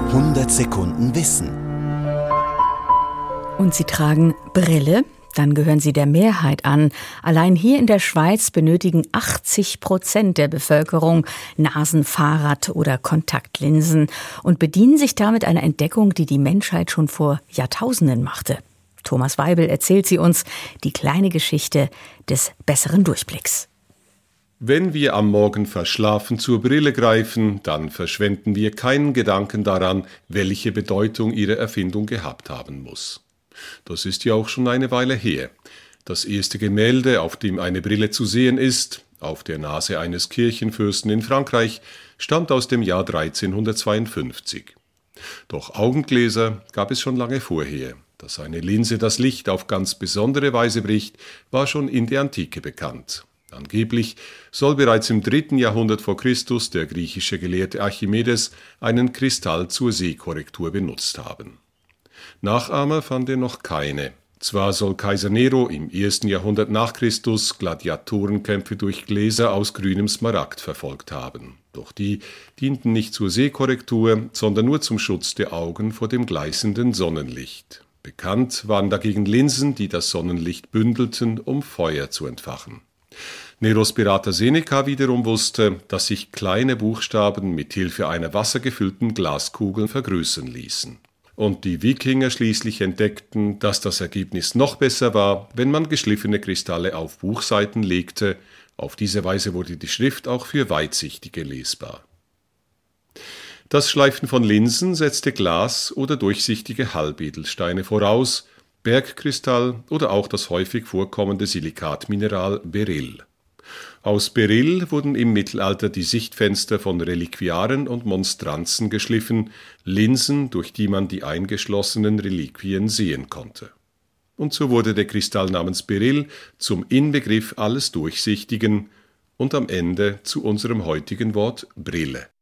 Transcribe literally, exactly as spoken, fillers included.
hundert Sekunden Wissen. Und Sie tragen Brille? Dann gehören Sie der Mehrheit an. Allein hier in der Schweiz benötigen achtzig Prozent der Bevölkerung Nasen-, Fahrrad- oder Kontaktlinsen und bedienen sich damit einer Entdeckung, die die Menschheit schon vor Jahrtausenden machte. Thomas Weibel erzählt sie uns die kleine Geschichte des besseren Durchblicks. Wenn wir am Morgen verschlafen zur Brille greifen, dann verschwenden wir keinen Gedanken daran, welche Bedeutung ihre Erfindung gehabt haben muss. Das ist ja auch schon eine Weile her. Das erste Gemälde, auf dem eine Brille zu sehen ist, auf der Nase eines Kirchenfürsten in Frankreich, stammt aus dem Jahr dreizehnhundertzweiundfünfzig. Doch Augengläser gab es schon lange vorher. Dass eine Linse das Licht auf ganz besondere Weise bricht, war schon in der Antike bekannt. Angeblich soll bereits im dritten Jahrhundert vor Christus der griechische Gelehrte Archimedes einen Kristall zur Sehkorrektur benutzt haben. Nachahmer fand er noch keine. Zwar soll Kaiser Nero im ersten Jahrhundert nach Christus Gladiatorenkämpfe durch Gläser aus grünem Smaragd verfolgt haben. Doch die dienten nicht zur Sehkorrektur, sondern nur zum Schutz der Augen vor dem gleißenden Sonnenlicht. Bekannt waren dagegen Linsen, die das Sonnenlicht bündelten, um Feuer zu entfachen. Neros Berater Seneca wiederum wusste, dass sich kleine Buchstaben mit Hilfe einer wassergefüllten Glaskugel vergrößern ließen. Und die Wikinger schließlich entdeckten, dass das Ergebnis noch besser war, wenn man geschliffene Kristalle auf Buchseiten legte. Auf diese Weise wurde die Schrift auch für Weitsichtige lesbar. Das Schleifen von Linsen setzte Glas oder durchsichtige Halbedelsteine voraus, Bergkristall oder auch das häufig vorkommende Silikatmineral Beryl. Aus Beryl wurden im Mittelalter die Sichtfenster von Reliquiaren und Monstranzen geschliffen, Linsen, durch die man die eingeschlossenen Reliquien sehen konnte. Und so wurde der Kristall namens Beryl zum Inbegriff alles Durchsichtigen und am Ende zu unserem heutigen Wort Brille.